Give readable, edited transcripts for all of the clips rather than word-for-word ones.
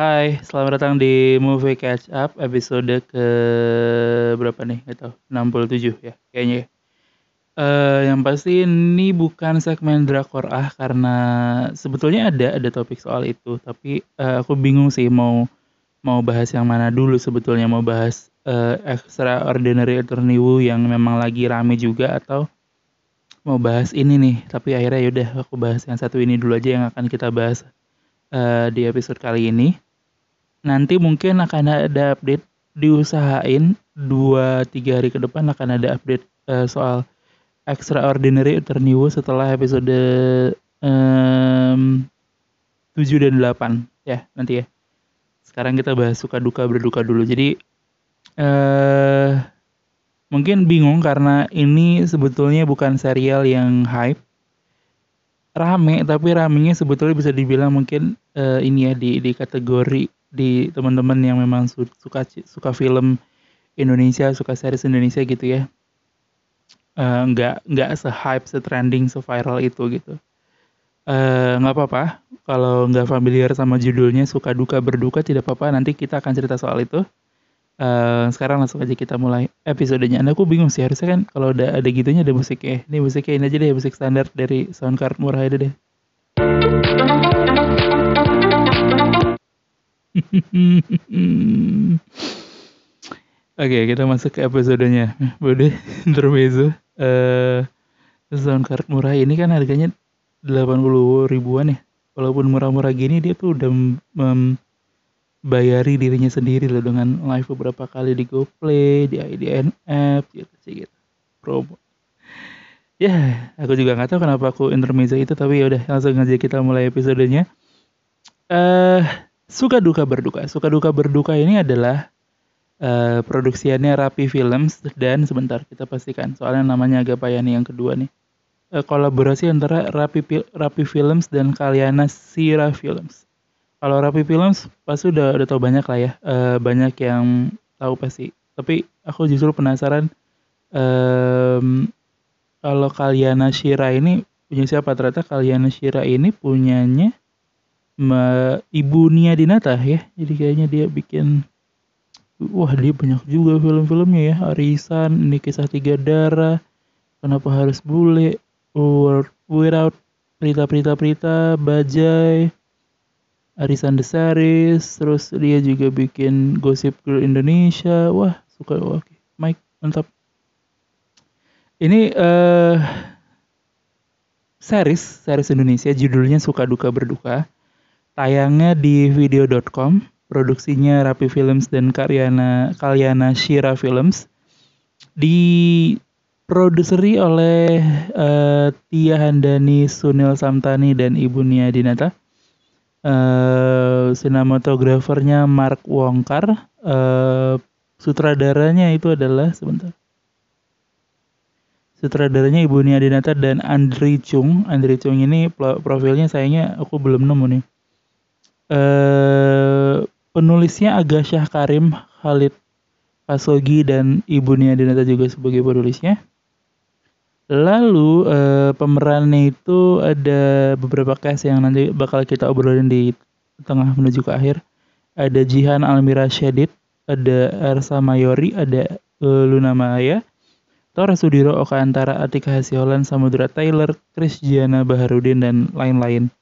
Hai, selamat datang di Movie Catch Up episode ke berapa nih? Nggak tahu, 67 ya kayaknya ya. Yang pasti ini bukan segmen drakor karena sebetulnya ada topik soal itu, tapi aku bingung sih mau mau bahas yang mana dulu sebetulnya mau bahas Extraordinary Attorney Woo yang memang lagi rame juga atau mau bahas ini nih, tapi akhirnya yaudah aku bahas yang satu ini dulu aja yang akan kita bahas di episode kali ini. Nanti mungkin akan ada update, diusahain 2-3 hari ke depan akan ada update soal Extraordinary Attorney Woo setelah episode 7 dan 8 ya nanti ya. Sekarang kita bahas suka duka berduka dulu. Jadi eh mungkin bingung karena ini sebetulnya bukan serial yang hype, rame, tapi ramenya sebetulnya bisa dibilang mungkin ini ya di kategori di teman-teman yang memang suka film Indonesia, suka series Indonesia gitu ya. Nggak se-hype, se-trending, se-viral itu gitu. Nggak apa-apa kalau nggak familiar sama judulnya suka duka berduka, tidak apa-apa, nanti kita akan cerita soal itu. Sekarang langsung aja kita mulai episodenya. Aku bingung sih, harusnya kan kalau ada gitunya ada musiknya. Ini musiknya ini aja deh, musik standar dari Soundcard murah aja deh. Oke, kita masuk ke episodenya. Boleh intermezzo. Soundcard murah ini kan harganya 80 ribuan ya. Walaupun murah-murah gini dia tuh udah membayari dirinya sendiri loh dengan live beberapa kali di GoPlay, di IDNF gitu sih gitu. Promo. Ya, aku juga nggak tahu kenapa aku intermezzo itu, tapi ya udah langsung aja kita mulai episodenya. Suka duka berduka. Suka duka berduka ini adalah produksiannya Rapi Films dan sebentar kita pastikan soalnya namanya agak payah nih yang kedua nih. Kolaborasi antara Rapi Films dan Kalyana Shira Films. Kalau Rapi Films pasti udah tahu banyak lah ya, banyak yang tahu pasti. Tapi aku justru penasaran kalau Kalyana Shira ini punya siapa? Ternyata Kalyana Shira ini punyanya Ibu Nia Dinata ya. Jadi kayaknya dia bikin, wah dia banyak juga film-filmnya ya. Arisan, Ini Kisah Tiga Darah, Kenapa Harus Bule, World Without, Prita, Bajai, Arisan The Series, terus dia juga bikin Gossip Girl Indonesia. Wah, suka. Oke, Mike, mantap. Ini series Indonesia judulnya Suka Duka Berduka. Tayangnya di video.com, produksinya Rapi Films dan Kalyana Shira Films. Diproduseri oleh Tia Handani, Sunil Samtani, dan Ibu Nia Dinata. Sinematografernya Mark Wongkar. Sutradaranya itu adalah Sutradaranya Ibu Nia Dinata dan Andri Chung. Andri Chung ini profilnya sayangnya aku belum nemu nih. Penulisnya Agasha Karim, Khalid Pasogi, dan Ibu Nia Dinata juga sebagai penulisnya. Lalu pemerannya itu ada beberapa cast yang nanti bakal kita obrolin di tengah menuju ke akhir. Ada Jihan Almira Syedid, ada Ersa Mayori, ada Luna Maya, Tora Sudiro, Oka Antara, Atika Hasiholan, Samudra Taylor, Chris Giana Baharudin, dan lain-lain.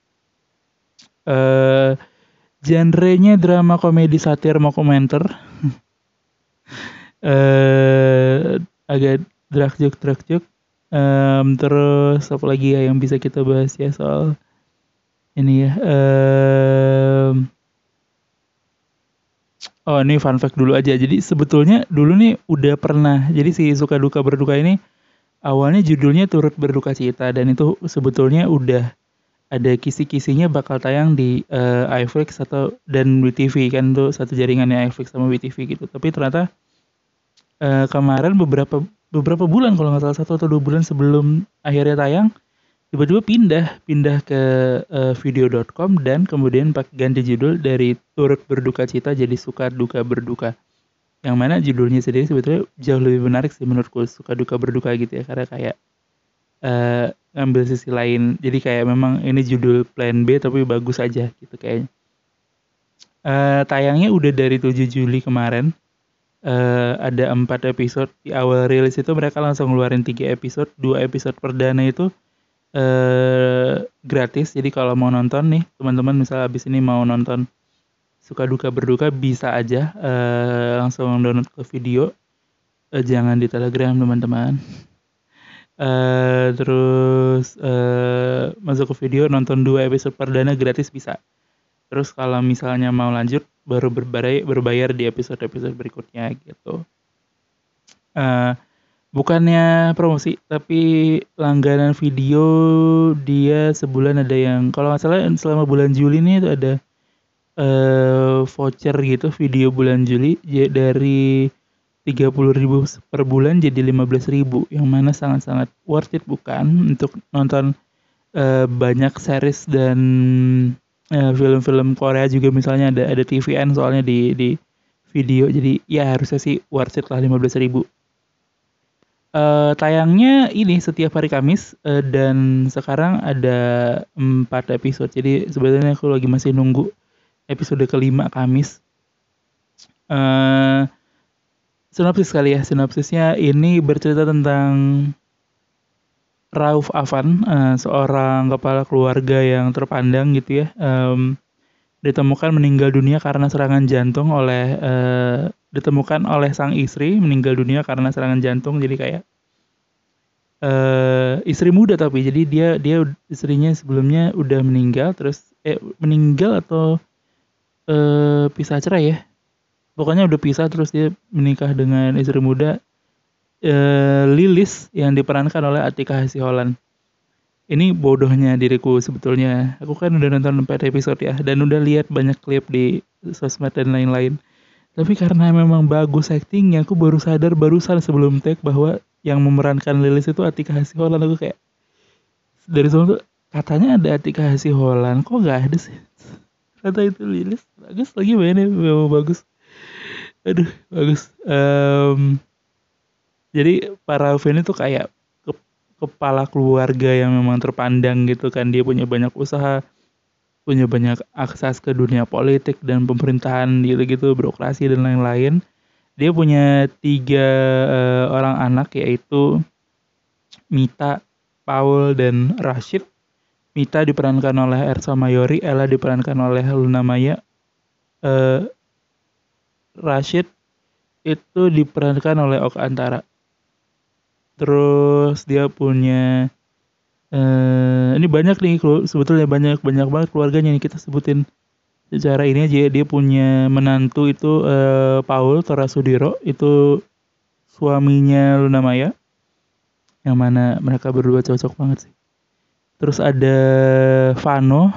Genrenya drama komedi satir dokumenter. Agak drag joke. Terus apa lagi ya yang bisa kita bahas ya soal ini ya. Oh, ini fun fact dulu aja. Jadi sebetulnya dulu nih udah pernah. Jadi si Suka Duka Berduka ini awalnya judulnya Turut Berduka Cita, dan itu sebetulnya udah ada kisi-kisinya bakal tayang di iFlix dan WeTV, kan tuh satu jaringannya iFlix sama WeTV gitu. Tapi ternyata kemarin beberapa bulan kalau nggak salah 1 atau 2 bulan sebelum akhirnya tayang, tiba-tiba pindah ke video.com dan kemudian ganti judul dari Turut Berduka Cita jadi Suka Duka Berduka. Yang mana judulnya sendiri sebetulnya jauh lebih menarik sih menurutku, Suka Duka Berduka gitu ya, karena kayak ngambil sisi lain. Jadi kayak memang ini judul plan B tapi bagus aja gitu kayaknya. Tayangnya udah dari 7 Juli kemarin. Ada 4 episode. Di awal rilis itu mereka langsung ngeluarin 3 episode. 2 episode perdana itu gratis. Jadi kalau mau nonton nih, teman-teman misal abis ini mau nonton Suka Duka Berduka, bisa aja langsung download ke video. Jangan di Telegram, teman-teman. Terus masuk ke video, nonton 2 episode perdana gratis bisa. Terus kalau misalnya mau lanjut baru berbayar di episode-episode berikutnya gitu. Bukannya promosi, tapi langganan video dia sebulan ada yang, kalau nggak salah selama bulan Juli ini itu ada voucher gitu video bulan Juli dari 30.000 per bulan jadi 15.000, yang mana sangat-sangat worth it bukan untuk nonton banyak series dan film-film Korea juga, misalnya ada TVN soalnya di video, jadi ya harusnya sih worth it lah 15.000. Tayangnya ini setiap hari Kamis, dan sekarang ada 4 episode. Jadi sebenarnya aku lagi masih nunggu episode kelima Kamis. Sinopsis kali ya. Sinopsisnya ini bercerita tentang Rauf Afan, seorang kepala keluarga yang terpandang gitu ya. Ditemukan meninggal dunia karena serangan jantung ditemukan oleh sang istri meninggal dunia karena serangan jantung. Jadi kayak istri muda, tapi jadi dia istrinya sebelumnya udah meninggal, terus meninggal atau pisah cerai ya, pokoknya udah pisah, terus dia menikah dengan istri muda Lilis yang diperankan oleh Atika Hasiholan. Ini bodohnya diriku sebetulnya, aku kan udah nonton 4 episode ya, dan udah lihat banyak klip di sosmed dan lain-lain. Tapi karena memang bagus actingnya, aku baru sadar barusan sebelum take bahwa yang memerankan Lilis itu Atika Hasiholan. Aku kayak dari sebelum tuh katanya ada Atika Hasiholan, kok nggak ada sih? Kata itu Lilis bagus lagi mainnya, memang bagus. Aduh, bagus. Jadi para Rauf ini tuh kayak kepala keluarga yang memang terpandang gitu kan. Dia punya banyak usaha, punya banyak akses ke dunia politik dan pemerintahan gitu-gitu, birokrasi dan lain-lain. Dia punya 3 orang anak, yaitu Mita, Paul, dan Rashid. Mita diperankan oleh Ersa Mayori, Ella diperankan oleh Luna Maya. Rashid itu diperankan oleh Oka Antara. Terus dia punya ini banyak nih, sebetulnya banyak banget keluarganya nih, kita sebutin secara ini aja. Dia punya menantu itu Paul Torasudiro, itu suaminya Luna Maya, yang mana mereka berdua cocok banget sih. Terus ada Vano,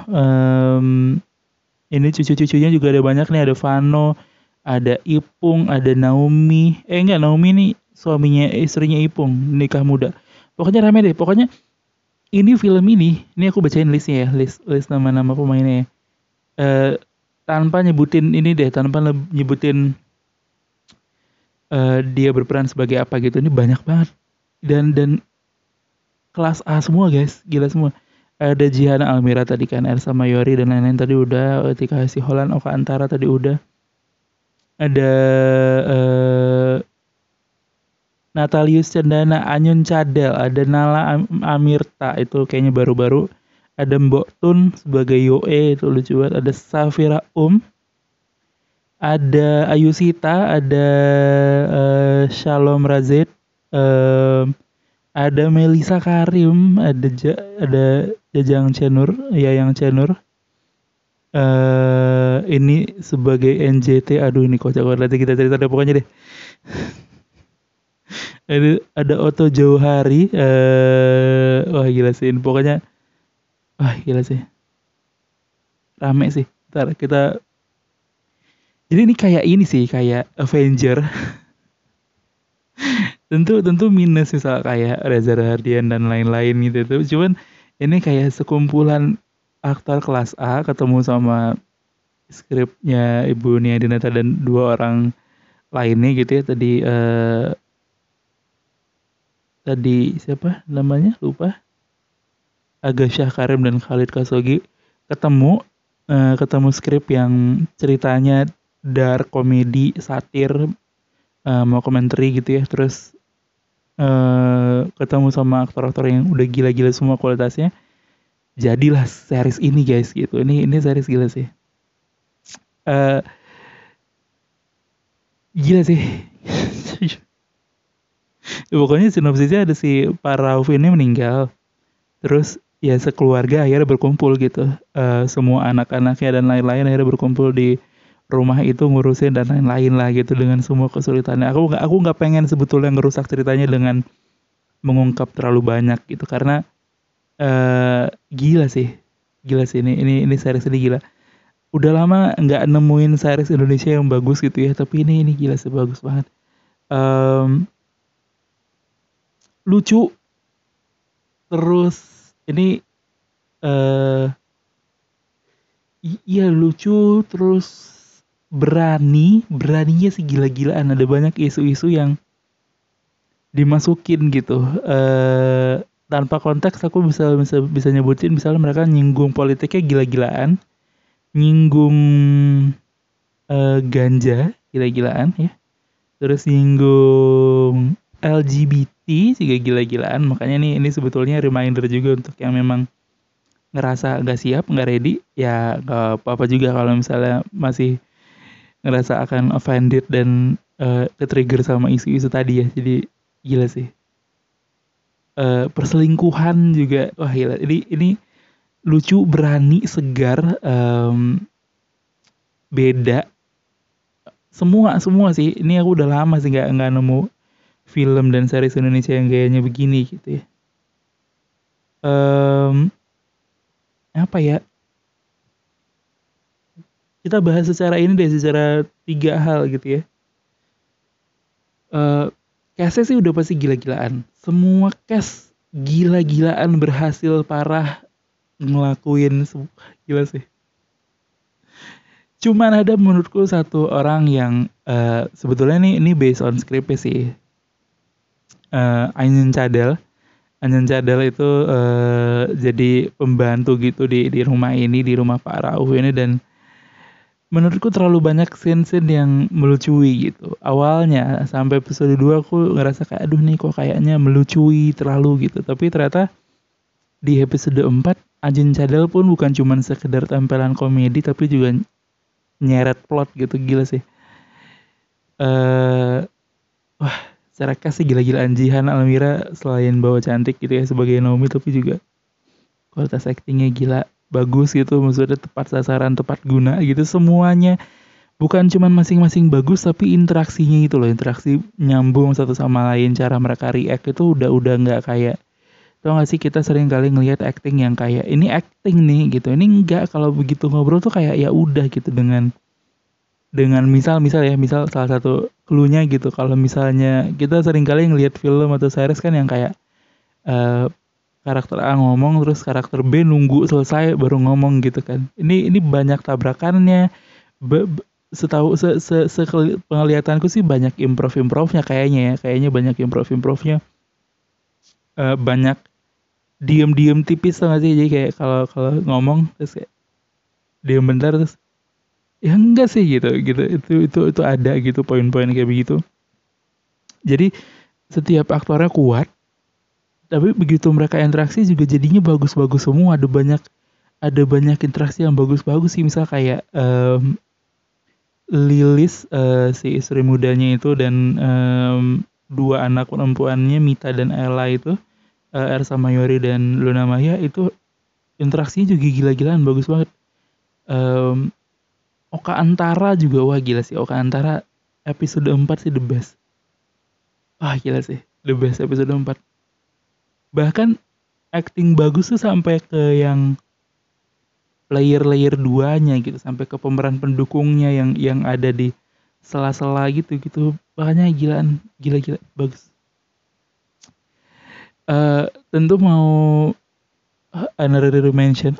ini cucu-cucunya juga ada banyak nih, ada Vano, ada Ipung, ada Naomi. Naomi nih suaminya, istrinya Ipung, nikah muda. Pokoknya rame deh. Pokoknya ini film ini aku bacain listnya ya, list nama-nama pemainnya ya. Tanpa nyebutin ini deh, tanpa nyebutin dia berperan sebagai apa gitu, ini banyak banget. Dan kelas A semua guys, gila semua. Ada Jihana Almira tadi kan, Ersa Mayori dan lain-lain tadi udah, Atika Hasiholan, Oka Antara tadi udah. Ada Natalius Cendana, Anyun Cadel, ada Nala Amirta, itu kayaknya baru-baru. Ada Mbok Tun sebagai Yoe, itu lucu banget. Ada Safira ada Ayusita, ada Shalom Razid, ada Melisa Karim, ada Jajang Cenur, Yayang Cenur. Ini sebagai NJT, aduh ini kocak banget, nanti kita cerita deh pokoknya deh. Ada Otto Jauhari, wah gila sih, pokoknya wah gila sih, rame sih. Ntar kita, jadi ini kayak Avenger. tentu minus misal kayak Reza Rahardian dan lain-lain gitu tuh, cuman ini kayak sekumpulan aktor kelas A ketemu sama skripnya Ibu Nia Dinata dan 2 orang lainnya gitu ya. Tadi siapa namanya, lupa, Aga Syah Karim dan Khalid Kasogi ketemu ketemu skrip yang ceritanya dark komedi satir, mau commentary gitu ya, terus ketemu sama aktor-aktor yang udah gila-gila semua kualitasnya, jadilah series ini guys gitu. Ini series gila sih. Eh Gila sih. Pokoknya sinopsisnya ada si Pak Rauf ini meninggal. Terus ya sekeluarga akhirnya berkumpul gitu. Semua anak-anaknya dan lain-lain akhirnya berkumpul di rumah itu ngurusin dan lain-lain lah gitu dengan semua kesulitannya. Aku nggak pengen sebetulnya ngerusak ceritanya dengan mengungkap terlalu banyak gitu karena gila sih. Gila sih ini series ini gila. Udah lama nggak nemuin series Indonesia yang bagus gitu ya, tapi ini gila sih, bagus banget. Em, Lucu, terus ini eh iya lucu, terus beraninya sih gila-gilaan. Ada banyak isu-isu yang dimasukin gitu. Tanpa konteks aku bisa nyebutin misalnya mereka nyinggung politiknya gila-gilaan, nyinggung ganja gila-gilaan ya. Terus nyinggung LGBT juga gila-gilaan. Makanya ini sebetulnya reminder juga untuk yang memang ngerasa nggak siap, nggak ready, ya nggak apa-apa juga kalau misalnya masih ngerasa akan offended dan ke-trigger sama isu-isu tadi ya. Jadi gila sih. Perselingkuhan juga, wah gila. Ini lucu, berani, segar, beda. Semua sih. Ini aku udah lama sih nggak nemu film dan series Indonesia yang kayaknya begini gitu ya. Apa ya? Kita bahas secara ini deh, secara 3 hal gitu ya. Cast-nya sih udah pasti gila-gilaan. Semua cast gila-gilaan, berhasil parah ngelakuin gila sih. Cuman ada menurutku satu orang yang sebetulnya ini based on script sih. Ainun Cadel. Ainun Cadel itu jadi pembantu gitu di rumah ini, di rumah Pak Rauf ini, dan menurutku terlalu banyak scene-scene yang melucui gitu. Awalnya sampai episode 2 aku ngerasa kayak aduh nih kok kayaknya melucui terlalu gitu. Tapi ternyata di episode 4 Ajun Cadel pun bukan cuma sekedar tampilan komedi tapi juga nyeret plot gitu, gila sih. Wah, secara cast sih gila-gilaan. Jihan Almira selain bawa cantik gitu ya sebagai Naomi, tapi juga kualitas actingnya gila, bagus gitu, maksudnya tepat sasaran, tepat guna gitu semuanya. Bukan cuma masing-masing bagus tapi interaksinya itu loh, interaksi nyambung satu sama lain, cara mereka react itu udah nggak kayak, tau gak sih kita sering kali ngelihat acting yang kayak ini acting nih gitu, ini enggak, kalau begitu ngobrol tuh kayak ya udah gitu, dengan misal salah satu cluenya gitu, kalau misalnya kita sering kali ngelihat film atau series kan yang kayak karakter A ngomong terus karakter B nunggu selesai baru ngomong gitu kan. Ini banyak tabrakannya. Setahu penglihatanku sih banyak improvnya kayaknya ya. Kayaknya banyak improvnya. Banyak diem tipis tuh gak sih? Jadi kayak kalau ngomong terus kayak diem bentar terus ya enggak sih gitu. Itu ada gitu poin-poin kayak begitu. Jadi setiap aktornya kuat, tapi begitu mereka interaksi juga jadinya bagus-bagus semua. Ada banyak interaksi yang bagus-bagus sih, misal kayak Lilis, si istri mudanya itu, dan dua anak perempuannya Mita dan Ella itu, Ersa Mayori dan Luna Maya, itu interaksinya juga gila-gilaan, bagus banget. Oka Antara juga, wah gila sih, Oka Antara episode 4 sih the best. Wah gila sih, the best episode 4. Bahkan acting bagus tuh sampai ke yang layer 2-nya gitu, sampai ke pemeran pendukungnya yang ada di sela-sela gitu. Makanya gila bagus. Tentu mau honorary mention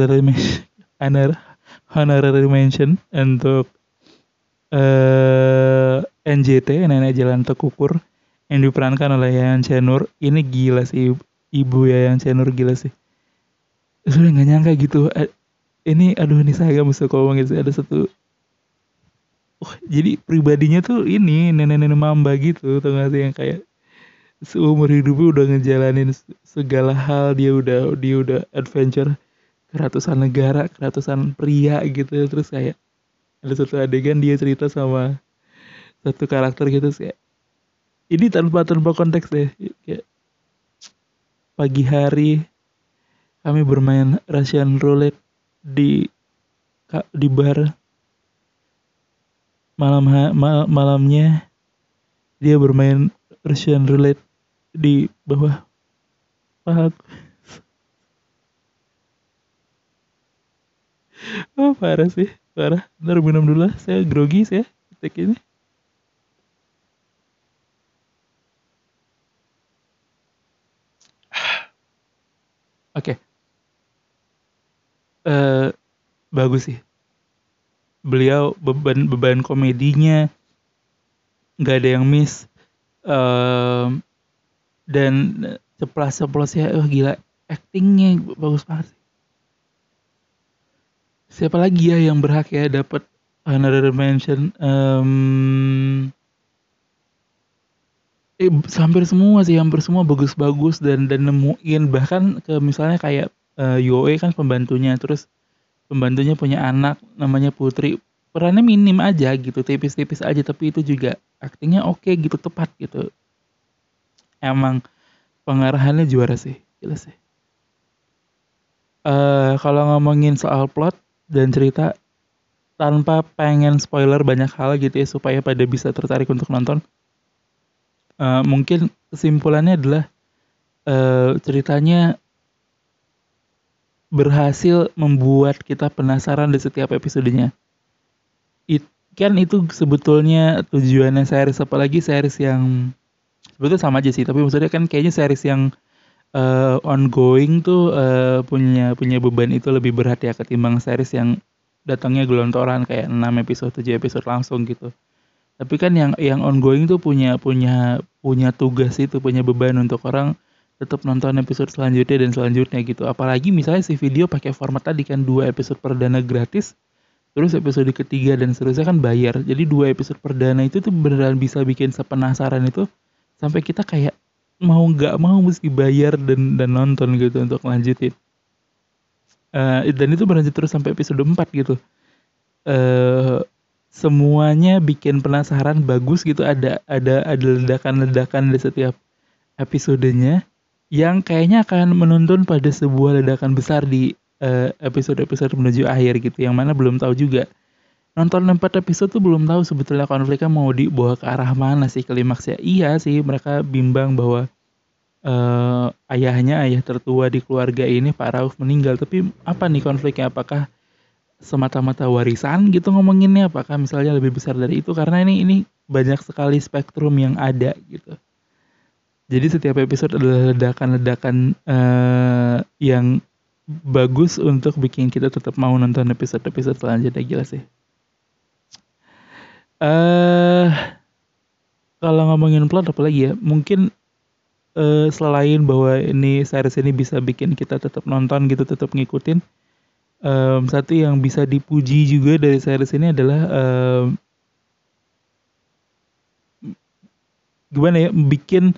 untuk NJT, Nenek Jalan Tekukur, yang diperankan oleh Yayan Cenur. Ini gila sih, Ibu Yayan Cenur gila sih. Sudah nggak nyangka gitu, ini aduh ini saya gak bisa ngomongin sih, ada satu jadi pribadinya tuh ini nenek-nenek mamba gitu, tau gak sih, yang kayak seumur hidupnya udah ngejalanin segala hal, dia udah adventure ke ratusan negara, ke ratusan pria gitu. Terus kayak ada satu adegan dia cerita sama satu karakter gitu kayak ini tanpa tanpa konteks deh, kayak pagi hari kami bermain Russian roulette di di bar, malamnya dia bermain Russian roulette di bawah pahaku. Oh parah sih, parah. Ntar minum dulu lah, saya grogi saya ketik ini. Oke, eh bagus sih. Beliau beban komedinya nggak ada yang miss. Dan ceplas-ceplosnya, gila, actingnya bagus banget sih. Siapa lagi ya yang berhak ya dapat honorary mention? Hampir semua sih, hampir semua bagus-bagus dan nemuin, bahkan ke misalnya kayak Yoe kan pembantunya, terus pembantunya punya anak namanya Putri, perannya minim aja gitu, tipis-tipis aja, tapi itu juga aktingnya oke gitu, tepat gitu. Emang pengarahannya juara sih, gila sih. Kalau ngomongin soal plot dan cerita, tanpa pengen spoiler banyak hal gitu ya supaya pada bisa tertarik untuk nonton, mungkin kesimpulannya adalah ceritanya berhasil membuat kita penasaran di setiap episodenya. Kan itu sebetulnya tujuannya series, apalagi series yang sebetulnya sama aja sih, tapi maksudnya kan kayaknya series yang ongoing tuh punya punya beban itu lebih berat ya ketimbang series yang datangnya gelontoran kayak 6 episode 7 episode langsung gitu. Tapi kan yang ongoing tuh punya punya punya tugas itu, punya beban untuk orang tetap nonton episode selanjutnya dan selanjutnya gitu. Apalagi misalnya si video pakai format tadi kan 2 episode perdana gratis, terus episode ketiga dan seterusnya kan bayar. Jadi 2 episode perdana itu tuh beneran bisa bikin sepenasaran itu sampai kita kayak mau nggak mau mesti bayar dan nonton gitu untuk lanjutin. Dan itu berlanjut terus sampai episode 4 gitu. Eh semuanya bikin penasaran, bagus gitu, ada ledakan-ledakan di setiap episodenya yang kayaknya akan menuntun pada sebuah ledakan besar di episode-episode menuju akhir gitu, yang mana belum tahu juga. Nonton 4 episode tuh belum tahu sebetulnya konfliknya mau dibawa ke arah mana sih klimaksnya. Iya sih, mereka bimbang bahwa ayah tertua di keluarga ini Pak Rauf meninggal, tapi apa nih konfliknya? Apakah semata-mata warisan gitu ngomonginnya, apakah misalnya lebih besar dari itu, karena ini banyak sekali spektrum yang ada gitu. Jadi setiap episode adalah ledakan-ledakan yang bagus untuk bikin kita tetap mau nonton episode-episode selanjutnya, gila sih. Kalau ngomongin plot apa lagi ya? Mungkin selain bahwa ini series ini bisa bikin kita tetap nonton gitu, tetap ngikutin. Satu yang bisa dipuji juga dari series ini adalah gimana ya, bikin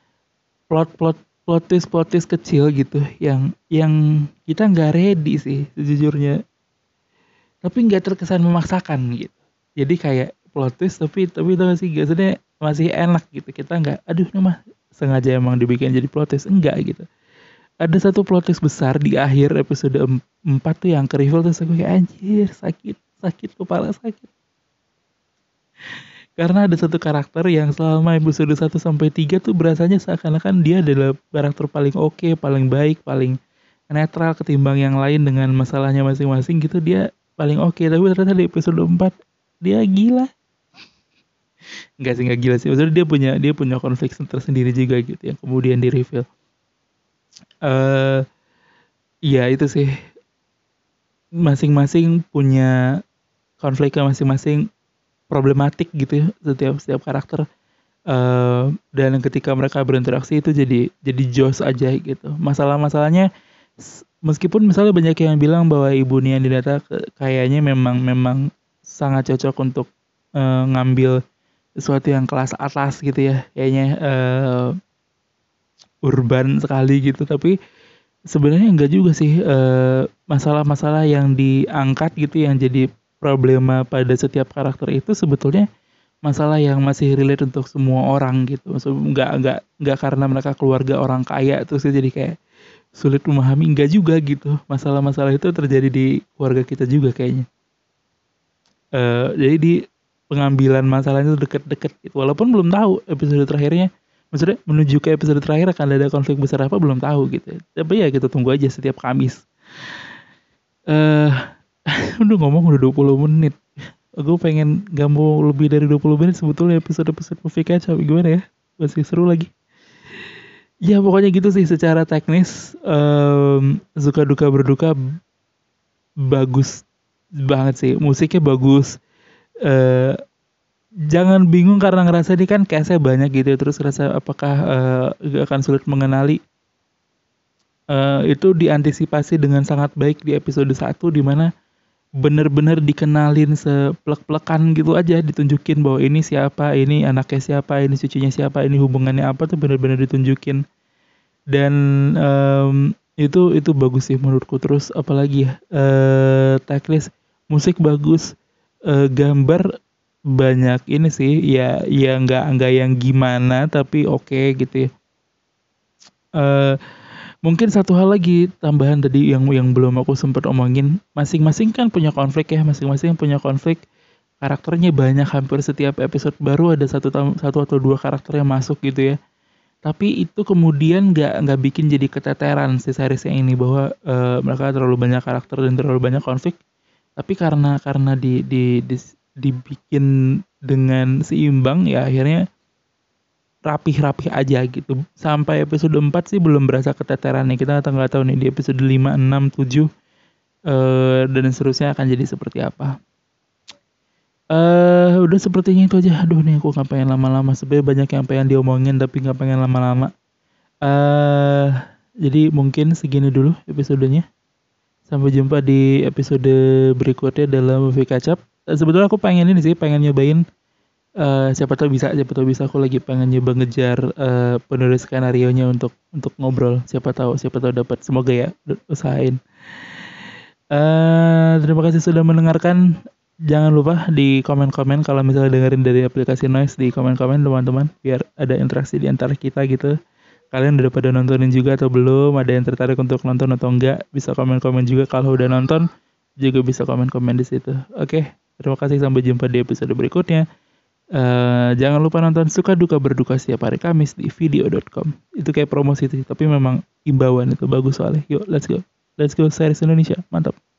plot twist kecil gitu yang kita nggak ready sih sejujurnya, tapi nggak terkesan memaksakan gitu. Jadi kayak plot twist tapi itu masih biasanya masih enak gitu, kita nggak aduh ini mah sengaja emang dibikin jadi plot twist, enggak gitu. Ada satu plot twist besar di akhir episode 4 tuh yang ke reveal, terus aku kayak anjir, sakit kepala, sakit. Karena ada satu karakter yang selama episode 1 sampai 3 tuh berasanya seakan-akan dia adalah karakter paling oke, paling baik, paling netral ketimbang yang lain dengan masalahnya masing-masing gitu, dia paling oke. Tapi ternyata di episode 4 dia gila. Enggak sih, enggak gila sih. Maksudnya dia punya konflik tersendiri juga gitu yang kemudian di reveal. Iya itu sih. Masing-masing punya konfliknya masing-masing, problematik gitu ya setiap karakter. Dan ketika mereka berinteraksi itu jadi joss aja gitu. Masalah-masalahnya Meskipun misalnya banyak yang bilang bahwa Ibu Nia Dinata kayaknya memang sangat cocok untuk ngambil sesuatu yang kelas atas gitu ya, kayaknya urban sekali gitu, tapi sebenarnya enggak juga sih. Masalah-masalah yang diangkat gitu yang jadi problema pada setiap karakter itu sebetulnya masalah yang masih relate untuk semua orang gitu. Maksud enggak karena mereka keluarga orang kaya terus jadi kayak sulit memahami, enggak juga gitu. Masalah-masalah itu terjadi di keluarga kita juga kayaknya. Jadi di pengambilan masalahnya itu deket-deket gitu. Walaupun belum tahu episode terakhirnya. Maksudnya menuju ke episode terakhir akan ada konflik besar apa belum tahu gitu. Tapi ya kita tunggu aja setiap Kamis. Eh udah ngomong udah 20 menit. Gue pengen gak mau lebih dari 20 menit sebetulnya episode-episode Movie Catch Up. Gimana ya? Masih seru lagi. Ya pokoknya gitu sih secara teknis. Suka duka berduka bagus banget sih. Musiknya bagus. eh Jangan bingung karena ngerasa ini kan case-nya banyak gitu ya, terus ngerasa apakah akan sulit mengenali. Itu diantisipasi dengan sangat baik di episode 1 di mana bener-bener dikenalin seplek-plekan gitu aja, ditunjukin bahwa ini siapa, ini anaknya siapa, ini cucunya siapa, ini hubungannya apa tuh bener-bener ditunjukin. Dan itu bagus sih menurutku. Terus apalagi ya, teknis musik bagus, gambar banyak ini sih ya nggak yang gimana tapi oke gitu ya. Mungkin satu hal lagi tambahan tadi yang belum aku sempat omongin, masing-masing kan punya konflik ya, masing-masing punya konflik. Karakternya banyak, hampir setiap episode baru ada satu atau dua karakter yang masuk gitu ya. Tapi itu kemudian nggak bikin jadi keteteran si seriesnya ini bahwa mereka terlalu banyak karakter dan terlalu banyak konflik. Tapi karena dibikin dengan seimbang ya akhirnya rapih-rapih aja gitu. Sampai episode 4 sih belum berasa keteteran nih. Kita nggak tahu nih di episode 5, 6, 7 dan seterusnya akan jadi seperti apa. Udah sepertinya itu aja. Aduh nih aku nggak pengen lama-lama. Sebenarnya banyak yang pengen diomongin tapi nggak pengen lama-lama. Jadi mungkin segini dulu episodenya. Sampai jumpa di episode berikutnya dalam Movie Catch Up. Sebetulnya aku pengen ini sih, pengen nyobain siapa tahu bisa aku lagi pengen nyoba ngejar penulis skenario-nya untuk ngobrol. Siapa tahu dapat. Semoga ya, usahain. Terima kasih sudah mendengarkan. Jangan lupa di komen-komen kalau misalnya dengerin dari aplikasi Noise, di komen-komen teman-teman biar ada interaksi di antara kita gitu. Kalian udah pada nontonin juga atau belum? Ada yang tertarik untuk nonton atau enggak? Bisa komen-komen juga. Kalau udah nonton juga bisa komen-komen di situ. Oke, terima kasih, sampai jumpa di episode berikutnya. Jangan lupa nonton Suka Duka Berduka setiap hari Kamis di video.com. Itu kayak promosi sih, tapi memang imbauan, itu bagus soalnya. Yuk, let's go series Indonesia, mantap.